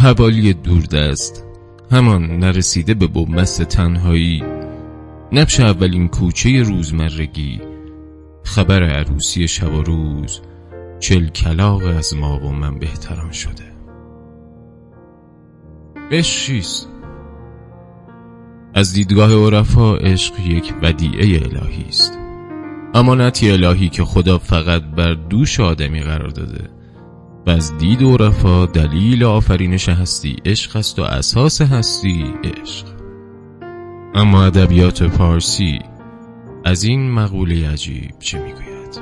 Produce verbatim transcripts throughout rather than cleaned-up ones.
حوالی دوردست، همان نرسیده به بومست تنهایی، نبش اولین کوچه روزمرگی، خبر عروسی شب و روز، چل کلاغ از ما و من بهتران شده. عشق چیست؟ از دیدگاه عرفا عشق یک ودیعه الهی است، امانتی الهی که خدا فقط بر دوش آدمی قرار داده و از دید عرفا دلیل آفرینش هستی عشق است و اساس هستی عشق. اما ادبیات پارسی از این مقوله عجیب چه میگوید؟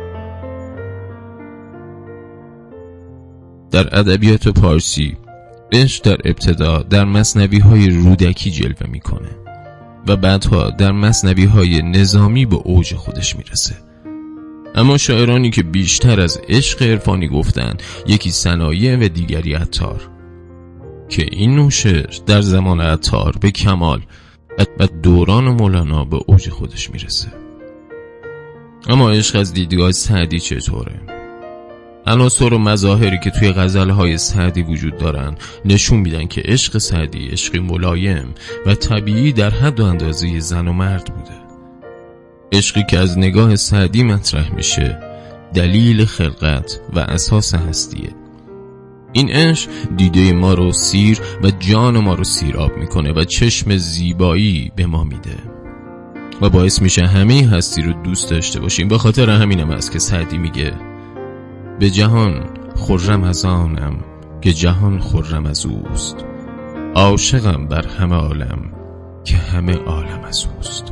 در ادبیات پارسی عشق در ابتدا در مثنوی‌های رودکی جلوه میکنه و بعدها در مثنوی‌های نظامی به اوج خودش میرسه. اما شاعرانی که بیشتر از عشق عرفانی گفتن، یکی صنایع و دیگری عطار، که این نوع شعر در زمان عطار به کمال و دوران مولانا به اوج خودش میرسه. اما عشق از دیدگاه سعدی چطوره؟ عناصر و مظاهری که توی غزلهای سعدی وجود دارن نشون میدن که عشق سعدی عشقی ملایم و طبیعی در حد و اندازه زن و مرد بوده. عشقی که از نگاه سعدی مطرح میشه دلیل خلقت و اساس هستیه. این عشق دیده ما رو سیر و جان ما رو سیراب میکنه و چشم زیبایی به ما میده و باعث میشه همه هستی رو دوست داشته باشیم. به خاطر همینم است که سعدی میگه به جهان خرم از آنم که جهان خرم از اوست، عاشقم بر همه عالم که همه عالم از اوست.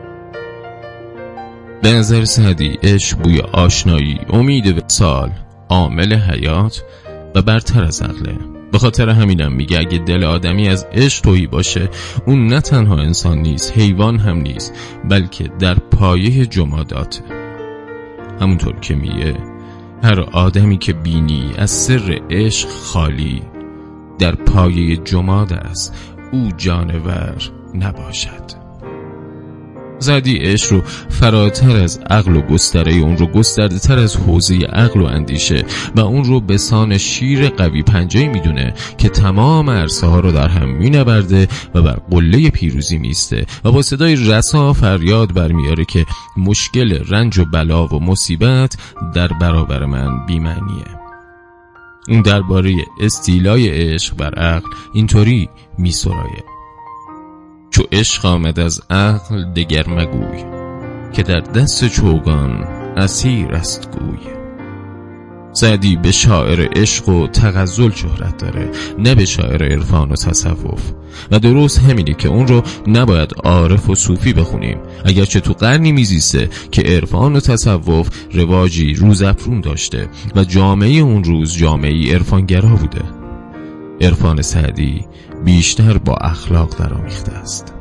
به نظر سعدی عشق بوی آشنایی، امید وصال، عامل حیات و برتر از عقله. به خاطر همینم میگه اگه دل آدمی از عشق تویی باشه، اون نه تنها انسان نیست، حیوان هم نیست، بلکه در پایه جماداته. همونطور که میگه هر آدمی که بینی از سر عشق خالی، در پایه جماد است، او جانور نباشد. سعدی عشق رو فراتر از عقل و گستره اون رو گسترده تر از حوزه عقل و اندیشه و اون رو به سان شیر قوی پنجه‌ای میدونه که تمام عرصه ها رو در هم مینورده و بر قله پیروزی میسته و با صدای رسا فریاد برمیاره که مشکل، رنج و بلا و مصیبت در برابر من بی‌معنیه. اون درباره استیلای عشق بر عقل اینطوری میسرایه: چو عشق آمد از عقل دگر مگوی، که در دست چوگان اسیر است گوی. سعدی به شاعر عشق و تغزل شهرت داره، نه به شاعر عرفان و تصوف، و درست همینه که اون رو نباید عارف و صوفی بخونیم، اگرچه تو قرنی میزیسته که عرفان و تصوف رواجی روزافزون داشته و جامعه اون روز جامعه عرفانگرا بوده. عرفان سعدی بیشتر با اخلاق درآمیخته است.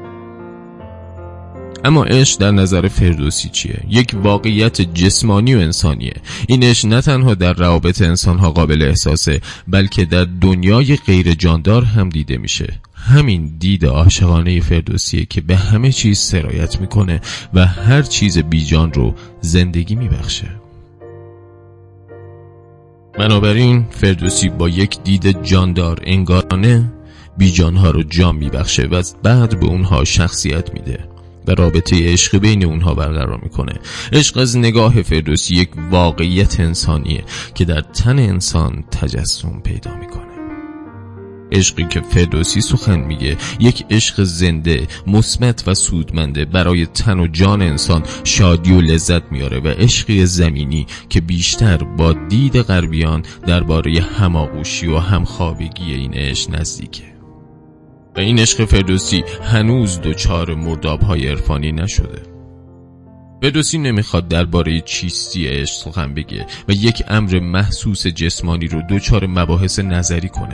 اما عشق در نظر فردوسی چیه؟ یک واقعیت جسمانی و انسانیه. این عشق نه تنها در روابط انسانها قابل احساسه، بلکه در دنیای غیر جاندار هم دیده میشه. همین دید عاشقانه فردوسیه که به همه چیز سرایت میکنه و هر چیز بی جان رو زندگی میبخشه. بنابراین فردوسی با یک دید جاندار انگارانه بیجانها رو جان میبخشه و بعد به اونها شخصیت میده و رابطه عشق بین اونها برقرار میکنه. عشق از نگاه فردوسی یک واقعیت انسانیه که در تن انسان تجسم پیدا میکنه. عشقی که فردوسی سخن میگه یک عشق زنده، مثبت و سودمنده، برای تن و جان انسان شادی و لذت میاره و عشقی زمینی که بیشتر با دید غربیان درباره هماغوشی و همخوابگی این عشق نزدیکه. و این عشق فردوسی هنوز دچار مرداب‌های عرفانی نشده. فردوسی نمیخواد درباره چیستی عشق سخن بگه و یک امر محسوس جسمانی رو دچار مباحث نظری کنه.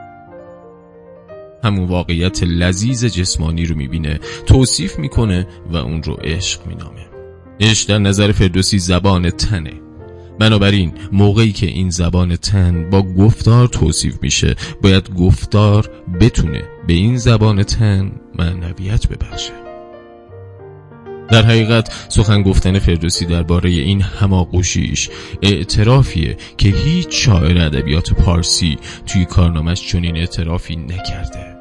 همون واقعیت لذیذ جسمانی رو میبینه، توصیف میکنه و اون رو عشق مینامه. عشق در نظر فردوسی زبان تنه. بنابراین موقعی که این زبان تن با گفتار توصیف میشه، باید گفتار بتونه به این زبان تن معنویت ببخشه. در حقیقت سخن گفتن فردوسی درباره این هماغوشیش اعترافیه که هیچ شاعر ادبیات پارسی توی کارنامه‌اش چنین اعترافی نکرده.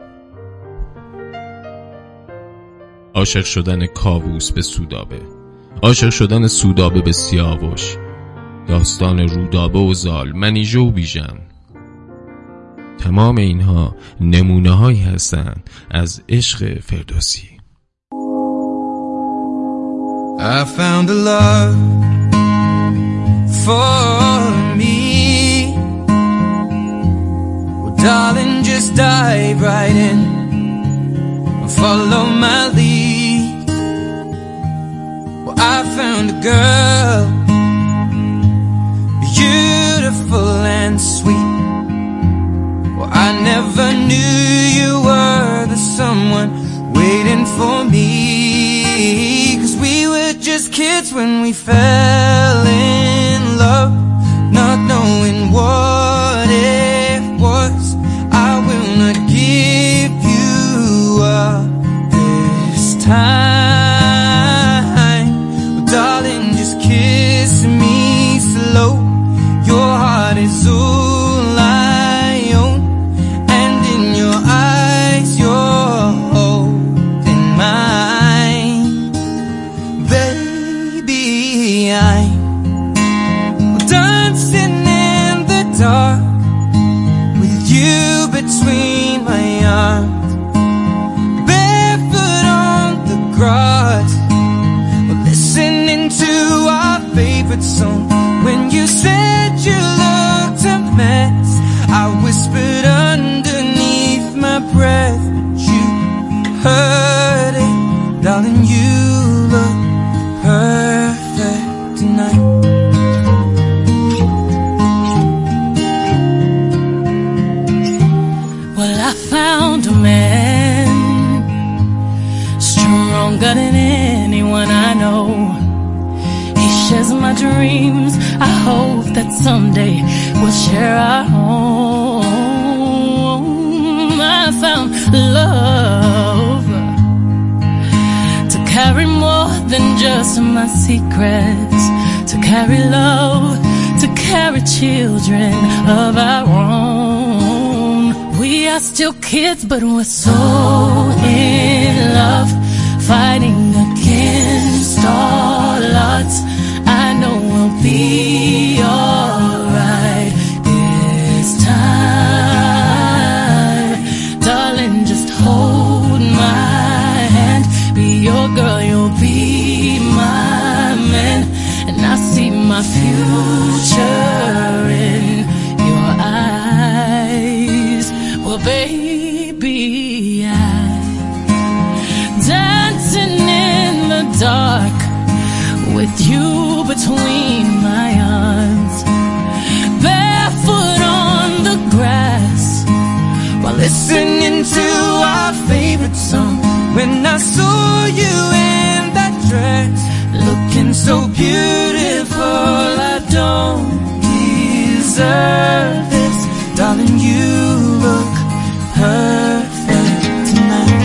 عاشق شدن کاووس به سودابه، عاشق شدن سودابه به سیاوش، داستان رودابه و زال، منیژه و بیژن، تمام اینها نمونه هایی هستند از عشق فردوسی. I found a love for me. Well, darling, just dive right in and follow my lead. Well, I found a girl, beautiful and sweet. Well, I never knew you were the someone waiting for me. 'Cause we were just kids when we fell in love, not knowing what it was. I will not give you up this time. Well, darling, just kiss me slow. Your heart is all I own, and in your eyes you're holding mine. Baby, I'm dancing in the dark with you between my arms, barefoot on the grass. We're listening to our favorite song. When you said you looked a mess, I whispered underneath my breath, but you heard it. Darling, you look perfect tonight. Well, I found a man stronger than anyone I know. He shares my dreams. I hope that someday we'll share our home. I found love to carry more than just my secrets, to carry love, to carry children of our own. We are still kids, but we're so in love, fighting against all odds. I know we'll be alright this time. Darling, just hold my hand, be your girl, you'll be my man, and I see my future in your eyes. Well, baby, I'm dancing in the dark with you between my arms, barefoot on the grass, while listening to our favorite song. When I saw you in that dress, looking so beautiful, I don't deserve this. Darling, you look perfect tonight.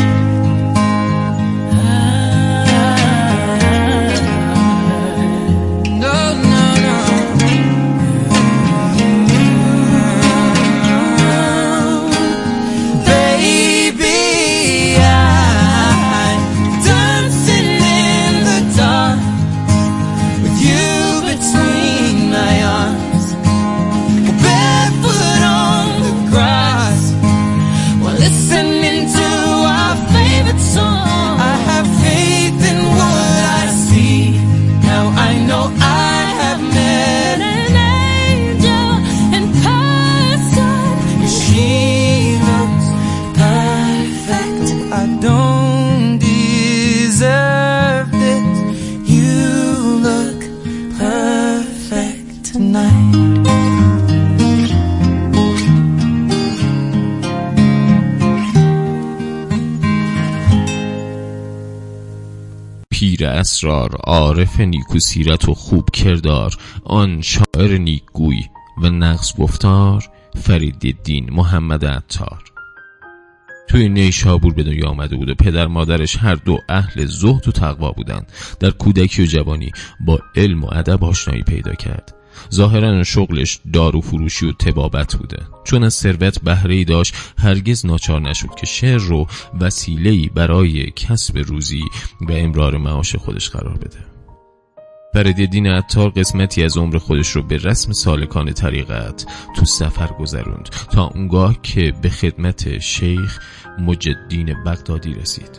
پیر اسرار، عارف نیکو سیرت و خوب کردار، آن شاعر نیکگوی و نغز گفتار، فریدالدین محمد عطار. توی نیشابور به دنیا آمده بود و پدر مادرش هر دو اهل زهد و تقوا بودند. در کودکی و جوانی با علم و ادب آشنایی پیدا کرد. ظاهرا شغلش دارو فروشی و طبابت بوده. چون از ثروت بهره‌ای داشت هرگز ناچار نشد که شعر رو وسیله‌ای برای کسب روزی و امرار معاش خودش قرار بده. فریدالدین عطار قسمتی از عمر خودش رو به رسم سالکان طریقت تو سفر گذروند تا اونگاه که به خدمت شیخ مجددین بغدادی رسید.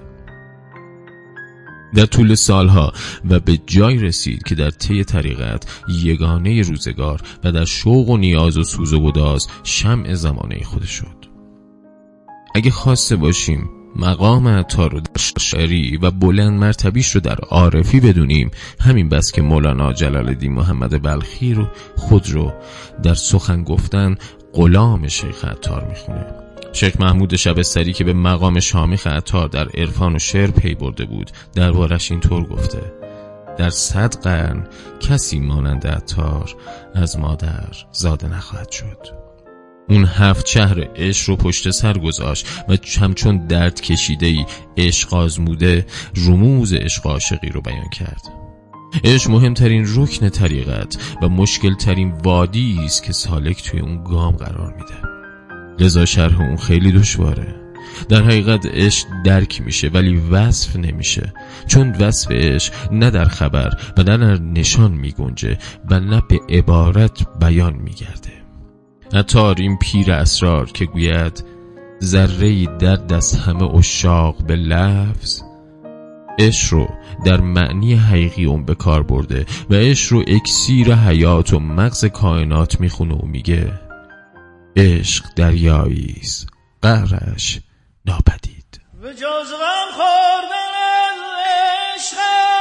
در طول سالها و به جای رسید که در طی طریقت یگانه روزگار و در شوق و نیاز و سوز و گداز شمع زمانه خود شد. اگه خواسته باشیم مقام عطار رو در شعری و بلند مرتبیش رو در عارفی بدونیم، همین بس که مولانا جلال الدین محمد بلخی رو خود رو در سخن گفتن غلام شیخ عطار میخونه. شیخ محمود شبستری که به مقام شامیخ عطار در عرفان و شعر پی برده بود دربارش اینطور گفته: در صد قرن کسی مانند عطار از مادر زاده نخواهد شد. اون هفت شهر عشق رو پشت سر گذاشت و همچون درد کشیده‌ای عشق آزموده رموز عشق عاشقی رو بیان کرد. عشق مهمترین رکن طریقت و مشکل ترین وادی است که سالک توی اون گام قرار میده. لذا شرح اون خیلی دشواره. در حقیقت عشق درک میشه ولی وصف نمیشه، چون وصف عشق نه در خبر و نه در نشان میگنجه و نه به عبارت بیان میگرده. عطار این پیر اسرار که گوید ذره‌ای درد از همه عشاق به لفظ، عشق رو در معنی حقیقی اون به کار برده و عشق رو اکسیر حیات و مغز کائنات میخونه و میگه عشق دریاییست قعرش ناپدید. به جز غم خوردن عشقت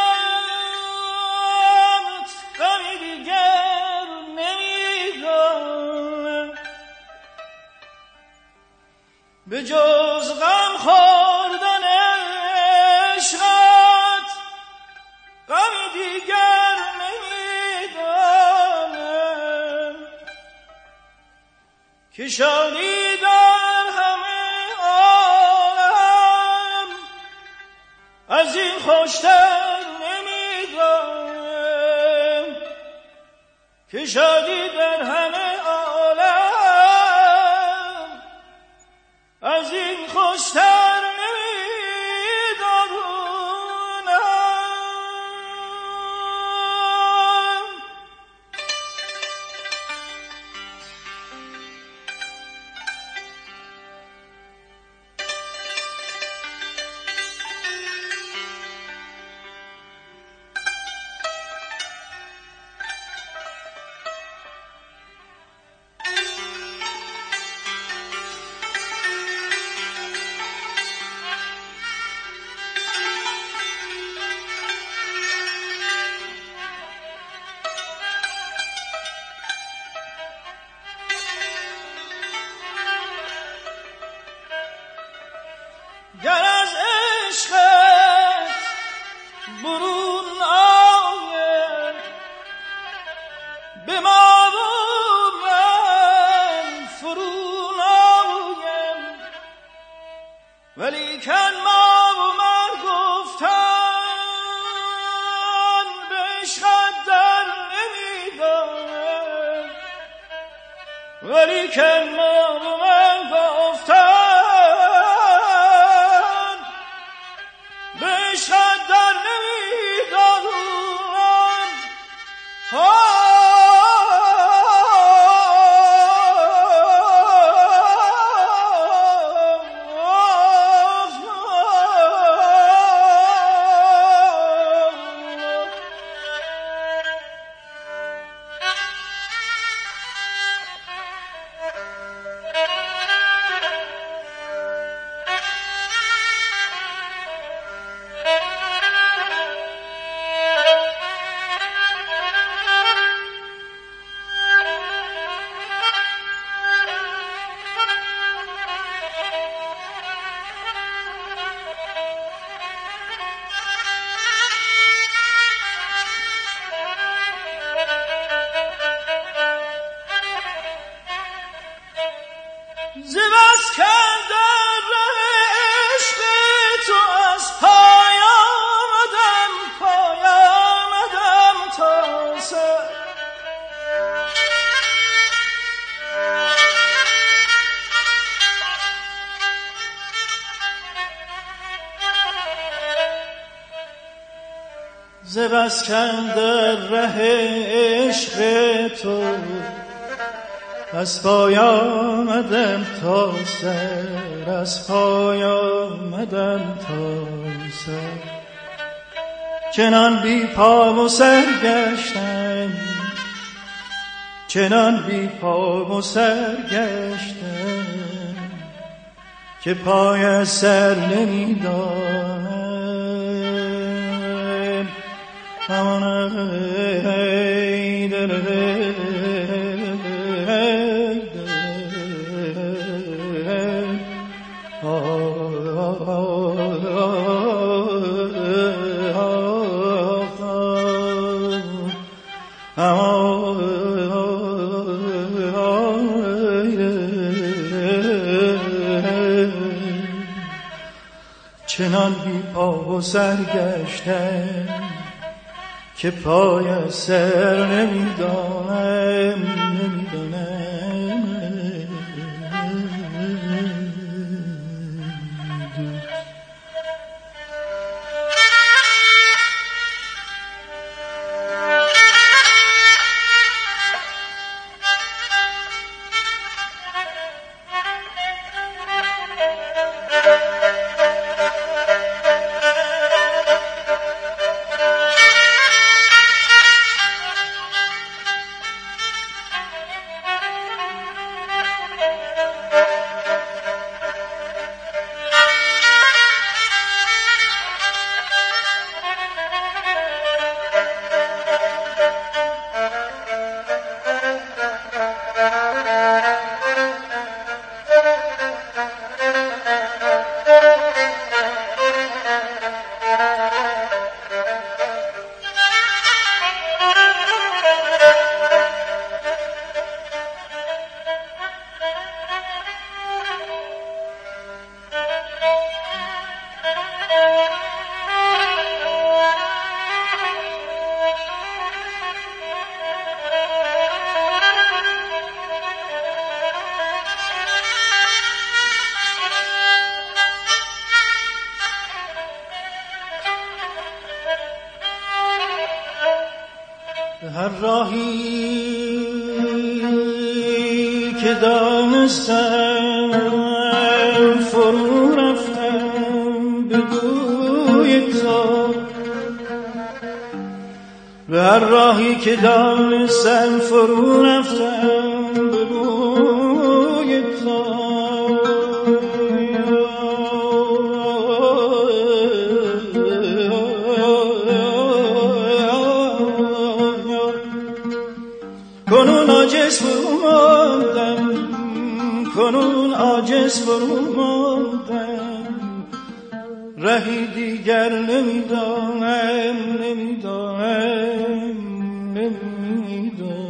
غمی دیگر نمیدانم، به جز غم خوردن عشقت غمی دیگر نمیدانم، که شادی در همه عالم از این خوشتر نمیدانم، که شادی در همه عالم از این خوشتر گر از عشقت برون آیم به ما و من فرون آیم، ولیکن ما و من گفتن به عشقت در نمیدانم، ولیکن ما و من گفتن در نمیدانم. ز بس کردن ره بس کندر ره عشق تو از پای آمدم تا سر از پای آمدم تا سر چنان بی پا و سر گشتم چنان بی پا و سر گشتم که پای سر نمیدانم همان ای دل چنان بی پا و سر گشتم که پای سر نمیدانم نمیدانم هر راهی که دانستم فرو رفتم به بوی تو به هر راهی که دانستم فرو رفتم به بوی تو کنون عاجز فرو ماندم کنون عاجز فرو ماندم رهی دیگر نمیدانم نمیدانم نمیدانم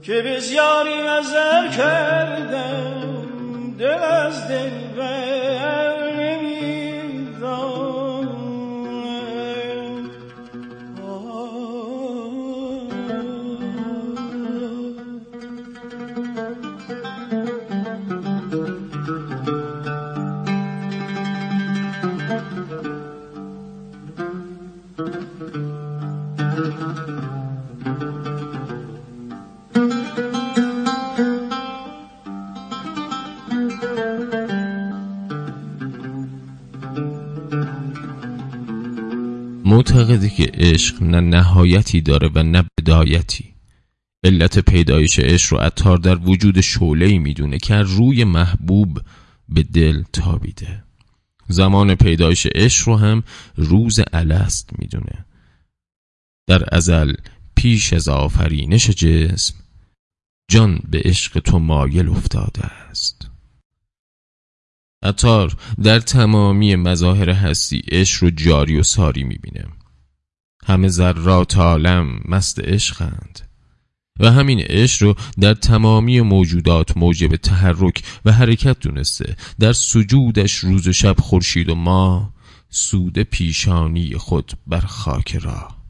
که بسیاری نظر کردم دل از دل بر نمی‌دانم. معتقده که عشق نه نهایتی داره و نه بدایتی. علت پیدایش عشق رو عطار در وجود شعله‌ای میدونه که روی محبوب به دل تابیده. زمان پیدایش عشق رو هم روز الست میدونه. در ازل پیش از آفرینش جسم جان به عشق تو مایل افتاده است. عطار در تمامی مظاهر هستی عشق رو جاری و ساری میبینه. همه ذرات عالم مست عشقند و همین عشق رو در تمامی موجودات موجب تحرک و حرکت دونسته. در سجودش روز و شب خورشید و ماه سود پیشانی خود بر خاک راه.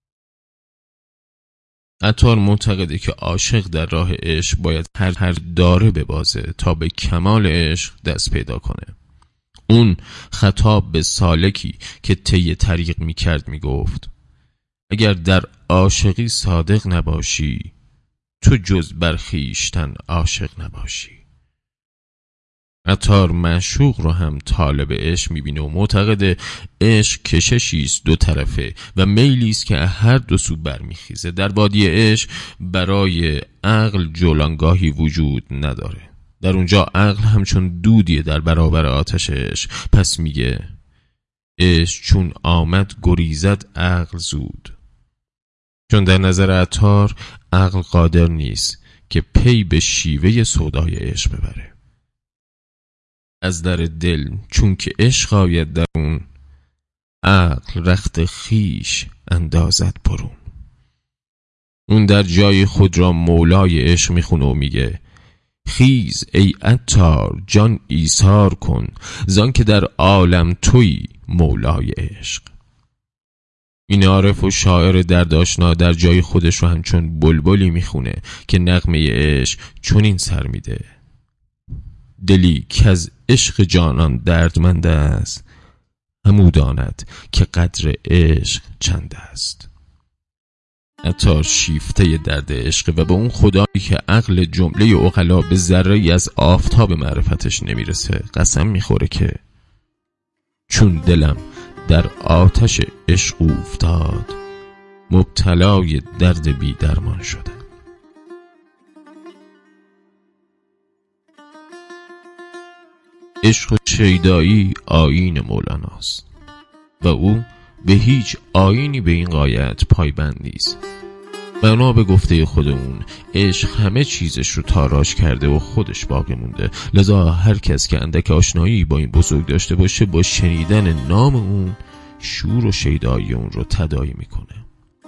عطار معتقده که عاشق در راه عشق باید هر هر داره ببازه تا به کمال عشق دست پیدا کنه. اون خطاب به سالکی که طی طریق میکرد میگفت اگر در عاشقی صادق نباشی تو جز بر خویشتن عاشق نباشی. عطار معشوق رو هم طالب عشق میبینه و معتقد عشق کششی است دو طرفه و میلی است که هر دو سو برمیخیزه. در وادی عشق برای عقل جولانگاهی وجود نداره. در اونجا عقل همچون دودیه در برابر آتش عشق. پس میگه عشق چون آمد گریزد عقل زود. چون در نظر عطار عقل قادر نیست که پی به شیوه سودای عشق ببره. از در دل چون که عشق آید درون عقل رخت خیش اندازد برون. اون در جای خود را مولای عشق میخونه و میگه خیز ای عطار جان ایثار کن زان که در عالم توی مولای عشق. این عارف و شاعر دردآشنا در جای خودش رو همچون بلبلی میخونه که نغمه عشق چنین سر میده دلی که از عشق جانان دردمند است همو داند که قدر عشق چند است. عطار شیفته درد عشق و به اون خدایی که عقل جمله عقلا به ذره‌ای از آفتاب معرفتش نمیرسه قسم میخوره که چون دلم در آتش عشق افتاد مبتلای درد بی درمان شده. عشق و شیدایی آیین مولاناست و او به هیچ آیینی به این غایت پایبند نیست. بنا به گفته خودمون عشق همه چیزش رو تاراج کرده و خودش باقی مونده. لذا هر کس که اندک آشنایی با این بزرگ داشته باشه با شنیدن نام اون شور و شیدایی اون رو تداعی میکنه.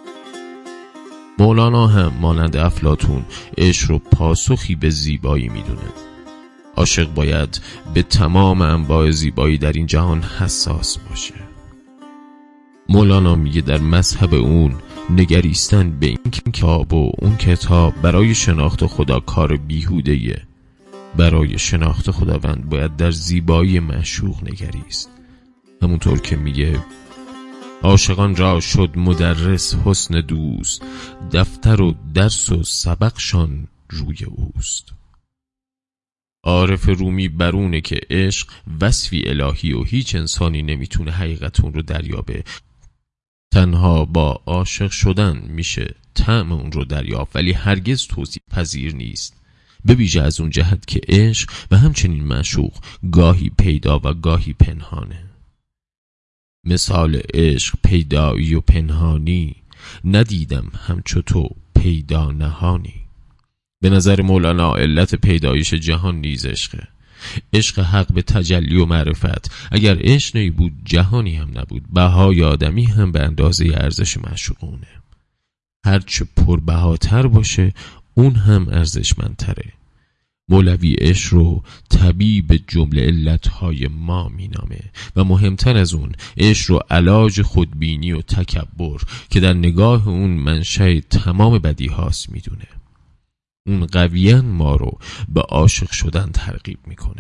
مولانا هم مانند افلاطون عشق رو پاسخی به زیبایی میدونه. عاشق باید به تمام انواع زیبایی در این جهان حساس باشه. مولانا میگه در مذهب اون نگریستن به این کتاب و اون کتاب برای شناخت خدا کار بیهوده‌ایه. برای شناخت خداوند باید در زیبایی معشوق نگریست. همونطور که میگه عاشقان را شد مدرس حسن دوست دفتر و درس و سبقشان روی اوست. عارف رومی برونه که عشق وصفی الهی و هیچ انسانی نمیتونه حقیقت اون رو دریابه. تنها با عاشق شدن میشه طعم اون رو دریافت ولی هرگز توصیف پذیر نیست. به ویژه از اون جهت که عشق و همچنین معشوق گاهی پیدا و گاهی پنهانه. مثال عشق پیدایی و پنهانی ندیدم همچو تو پیدا نهانی. به نظر مولانا علت پیدایش جهان نیز عشقه. عشق حق به تجلی و معرفت. اگر عشق نمی بود جهانی هم نبود. بهای آدمی هم به اندازه ارزش معشوقونه. هرچه پربهاتر باشه اون هم ارزشمندتره. مولوی عشق رو طبیب جمله علتهای ما مینامه و مهمتر از اون عشق رو علاج خودبینی و تکبر که در نگاه اون منشأ تمام بدی هاست میدونه. اون قویاً ما رو به عاشق شدن ترغیب میکنه.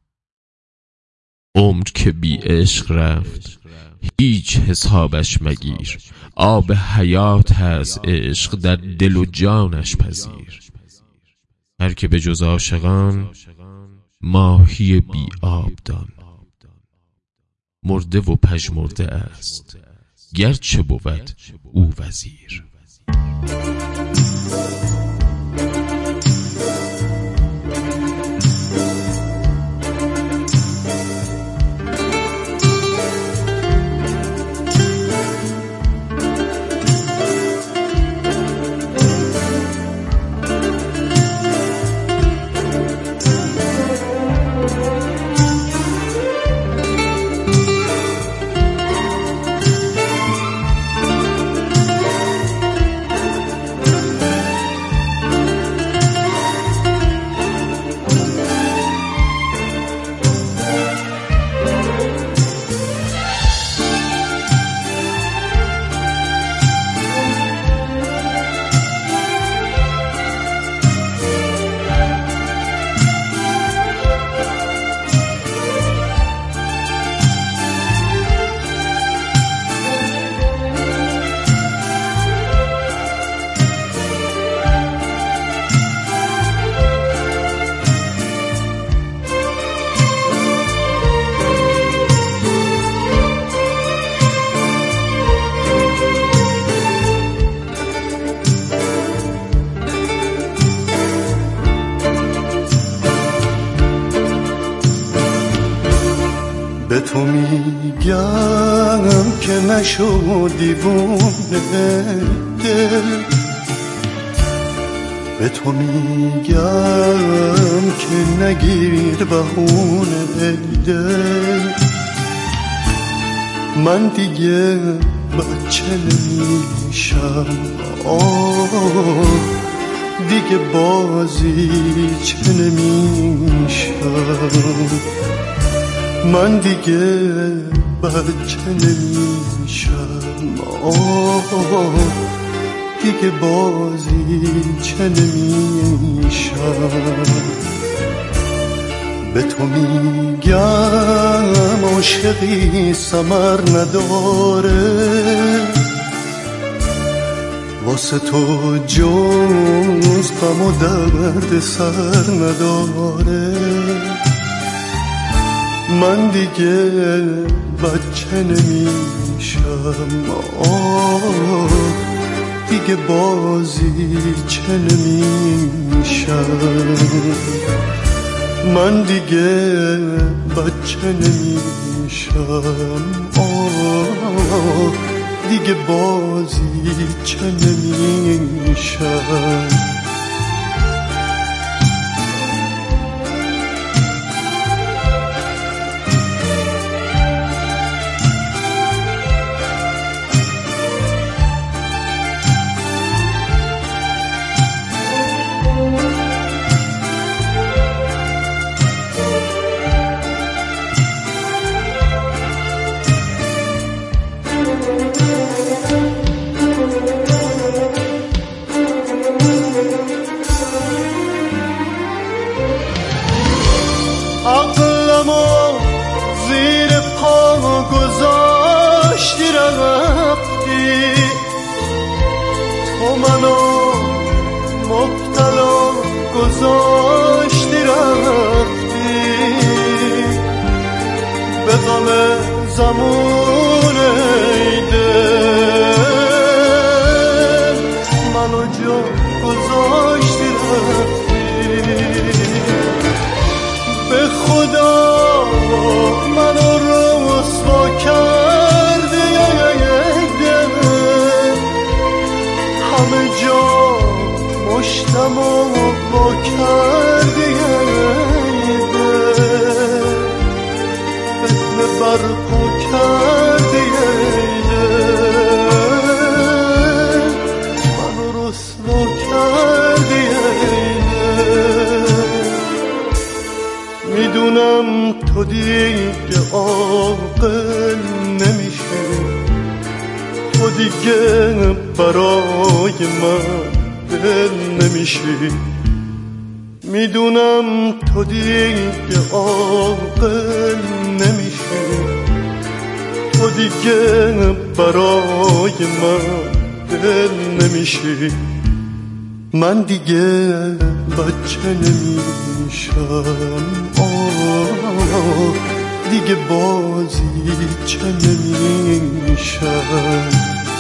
عمر که بی عشق رفت هیچ حسابش مگیر، آب حیات هست عشق در دل و جانش پذیر. هر که به جز عاشقان ماهی بی آب دان، مرده و پژمرده است گرچه بود او وزیر. به تو میگم که نشو دیوونه دل، به تو میگم که نگیر بهونه دل. من دیگه بچه نمیشم، آه دیگه بازی چه نمیشم. من دیگه بچه نمیشم، آه دیگه بازی چه نمیشم. به تو میگم عاشقی ثمر نداره، واسه تو جز غم و درد سر نداره. من دیگه بچه نمیشم، آه دیگه بازی چه نمیشم. من دیگه بچه نمیشم، آه دیگه بازی چه نمیشم. عقلمو زیر پا گذاشتی رفتی، تو منو مبتلا گذاشتی رفتی. به غم زمان دل منو جا گذاشتی رفتی. به خدا منو رسوا کردی، همه جا مشتم و با کردی. فتنه برپا کردی، منو رسوا کردی. من دل نمیشی. میدونم تو دیگه عاقل نمیشی، تو دیگه برای من دل نمیشی. من دیگه بچه نمیشم، آه دیگه بازی چه نمیشم.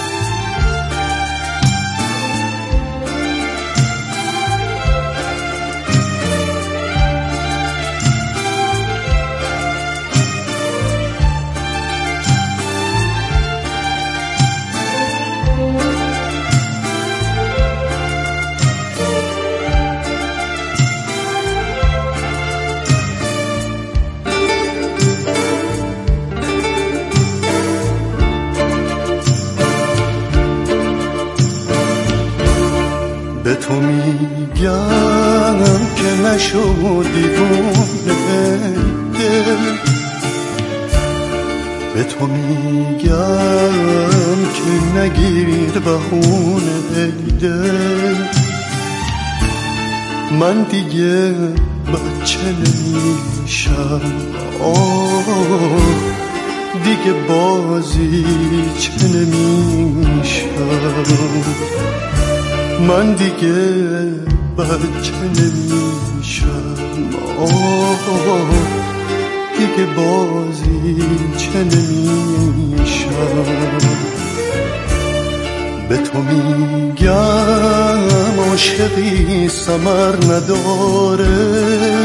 به تو میگم که نشدی دیوونه دل، به تو میگم که نگیر بهونه دل. من دیگه بچه نمیشم، آه دیگه بازی چه نمیشم. من دیگه بچه نمیشم، آه دیگه بازی چه نمیشم. به تو میگم عاشقی ثمر نداره،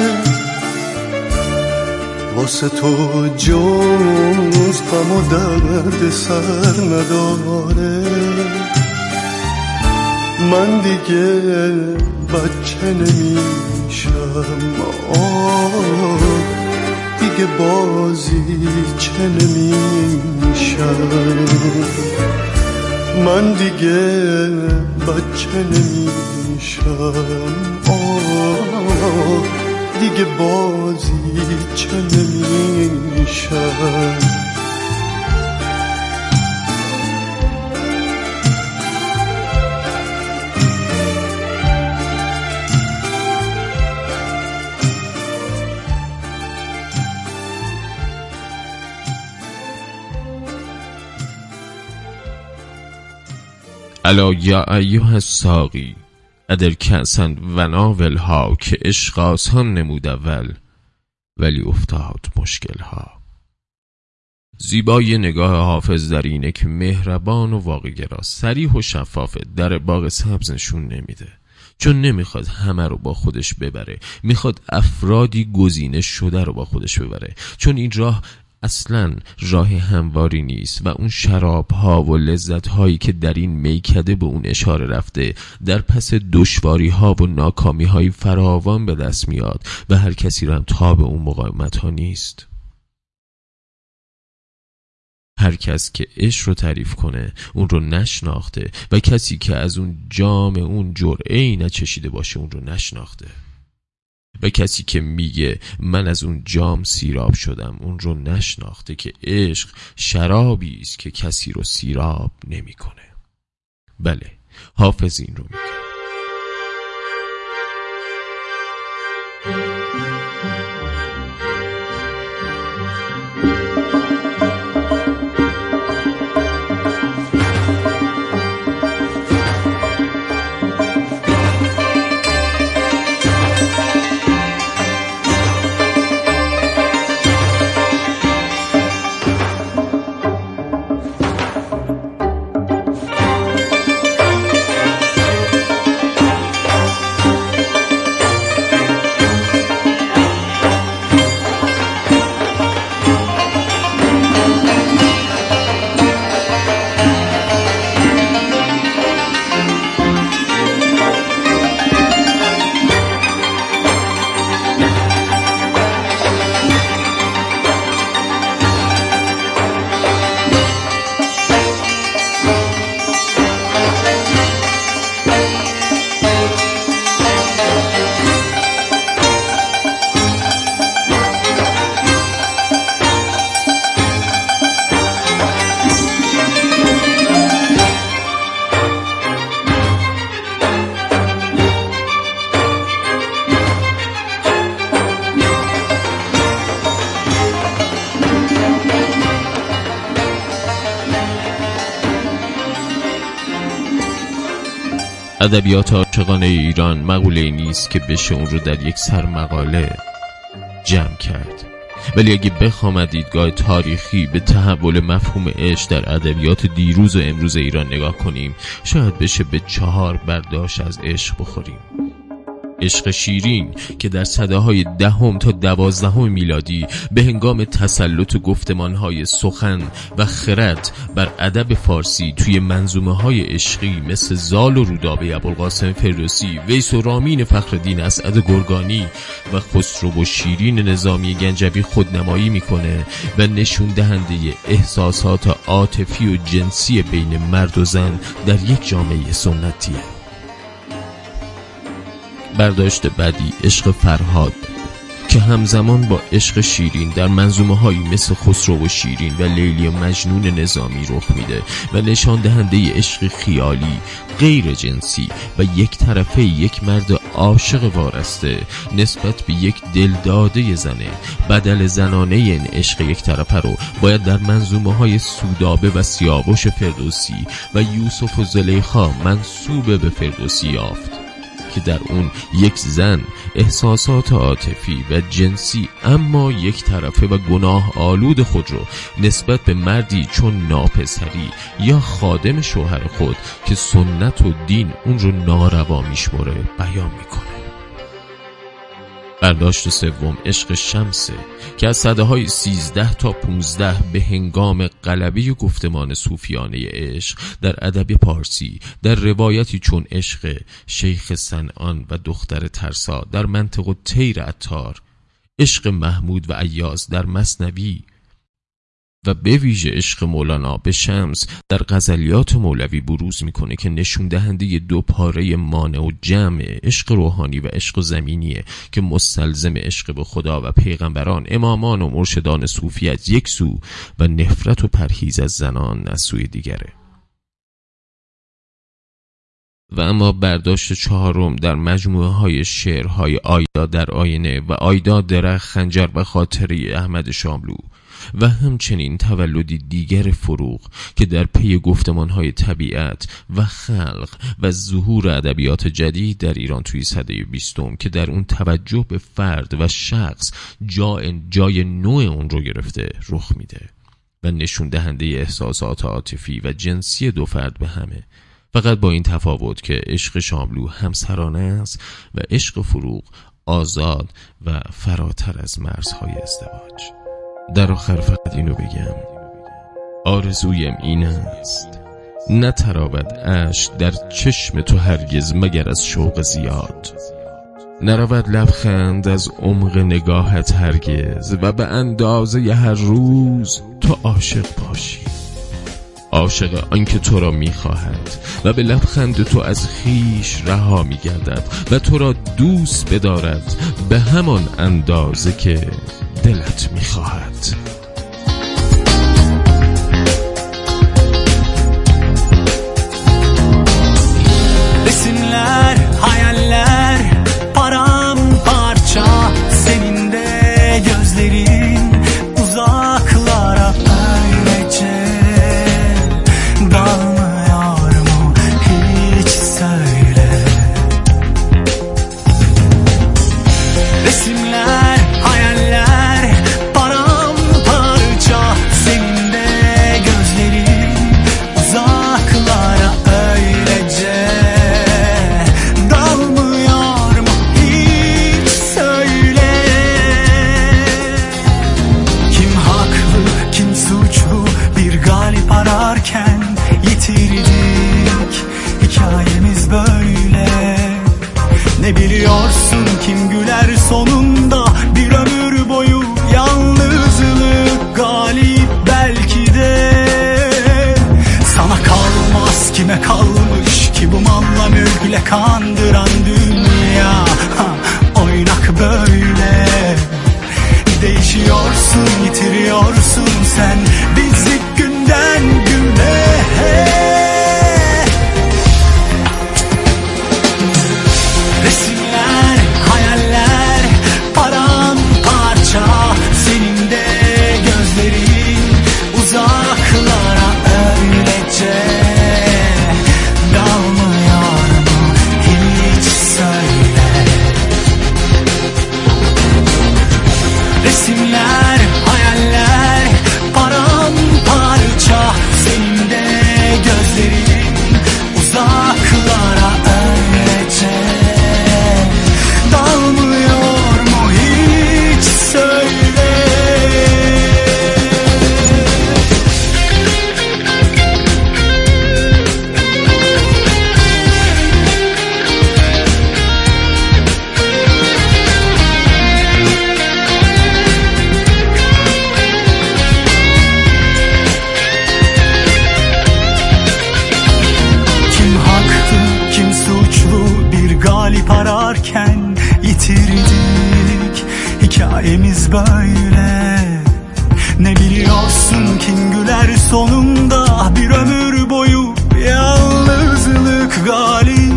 واسه تو جز غم و درد سر نداره. من دیگه بچه نمیشم، آه دیگه بازی چه نمیشم. من دیگه بچه نمیشم، آه دیگه بازی چه نمیشم. الا یا ایها الساقی ادر کأسا و ناولها، که عشق آسان نمود اول ولی افتاد مشکلها. زیبای نگاه حافظ در اینه که مهربان و واقع‌گرا، صریح و شفافه، در باغ سبز نشون نمیده، چون نمیخواد همه رو با خودش ببره، میخواد افرادی گزینه شده رو با خودش ببره، چون این راه اصلا راه همواری نیست و اون شراب ها و لذت هایی که در این میکده به اون اشاره رفته در پس دشواری ها و ناکامی های فراوان به دست میاد و هر کسی رو هم تاب اون مقاومت ها نیست. هر کس که عشق رو تعریف کنه اون رو نشناخته و کسی که از اون جام اون جرعه‌ای نچشیده باشه اون رو نشناخته. و کسی که میگه من از اون جام سیراب شدم اون رو نشناخته که عشق شرابی است که کسی رو سیراب نمیکنه. بله، حافظ این رو میگه. ادبیات عاشقانه ایران مقوله‌ای نیست که بشه اون رو در یک سر مقاله جمع کرد، ولی اگه بخوام از دیدگاه تاریخی به تحول مفهوم عشق در ادبیات دیروز و امروز ایران نگاه کنیم، شاید بشه به چهار برداشت از عشق بخوریم. عشق شیرین که در سده‌های دهم تا دوازدهم میلادی به هنگام تسلط گفتمان‌های سخن و خرد بر ادب فارسی توی منظومه‌های عشقی مثل زال و رودابه ابوالقاسم فردوسی، ویس و رامین فخرالدین اسعد گرگانی و خسرو و شیرین نظامی گنجوی خودنمایی میکنه و نشون دهنده احساسات عاطفی و جنسی بین مرد و زن در یک جامعه سنتیه. برداشت بعدی عشق فرهاد که همزمان با عشق شیرین در منظومه هایی مثل خسرو و شیرین و لیلی و مجنون نظامی رخ میده و نشان دهنده عشق خیالی، غیر جنسی و یک طرفه یک مرد عاشق وارسته نسبت به یک دلداده زنه. بدل زنانه این عشق یک طرفه رو باید در منظومه های سودابه و سیاوش فردوسی و یوسف و زلیخا منسوب به فردوسی یافت که در اون یک زن احساسات عاطفی و جنسی اما یک طرفه و گناه آلود خود رو نسبت به مردی چون ناپسری یا خادم شوهر خود که سنت و دین اون رو ناروا میشمره بیان میکنه. برداشت سوم عشق شمسه که از سده‌های سیزده تا پونزده به هنگام غلبه گفتمان صوفیانه عشق در ادب پارسی در روایتی چون عشق شیخ صنعان و دختر ترسا در منطق و طیر عطار، عشق محمود و ایاز در مثنوی و به ویژه عشق مولانا به شمس در غزلیات مولوی بروز میکنه که نشون دهنده دو پاره مانع و جمع عشق روحانی و عشق زمینیه که مستلزم عشق به خدا و پیغمبران، امامان و مرشدان صوفی از یک سو و نفرت و پرهیز از زنان از سوی دیگره. و اما برداشت چهارم در مجموعه های شعرهای آیدا در آینه و آیدا درخت خنجر و خاطره احمد شاملو و همچنین تولدی دیگر فروغ که در پی گفتمان‌های طبیعت و خلق و ظهور ادبیات جدید در ایران توی سده بیستم که در اون توجه به فرد و شخص جای, جای نوع اون رو گرفته رخ میده و نشون دهنده احساسات عاطفی و جنسی دو فرد به همه، فقط با این تفاوت که عشق شاملو همسرانه است و عشق فروغ آزاد و فراتر از مرزهای ازدواج. در آخر فقط اینو بگم، آرزویم این است نتراود اشک در چشم تو هرگز مگر از شوق زیاد، نرود لبخند از عمق نگاهت هرگز و به اندازه ی هر روز تو عاشق باشی، عاشق آنکه تو را میخواهد و به لبخند تو از خیش رها میگردد و تو را دوست بدارد به همان اندازه که دلت میخواهد. Resimler, hayaller, paramparça senin de gözlerin uzaklara öylece dalmıyor mu hiç söyle. Resimler, hayaller, paramparça senin de gözlerin uzaklara öylece dalmıyor mu hiç söyle. Kim haklı kim suçlu bir galip ararken yitirdik, hikayemiz böyle. Ne biliyorsun kim güler sonunda, bir ömür boyu yalnızlık galip belki de. Sana kalmaz kime kalmış ki bu malla mülkle kandıran dünya, ha, oynak böyle. Değişiyorsun yitiriyorsun sen bizi günden güne. Resimler, hayaller, paramparça senin de gözlerin uzaklara öylece dalmıyor mu talip ararken yitirdik. Hikayemiz böyle. Ne biliyorsun kim güler sonunda, bir ömür boyu yalnızlık galip.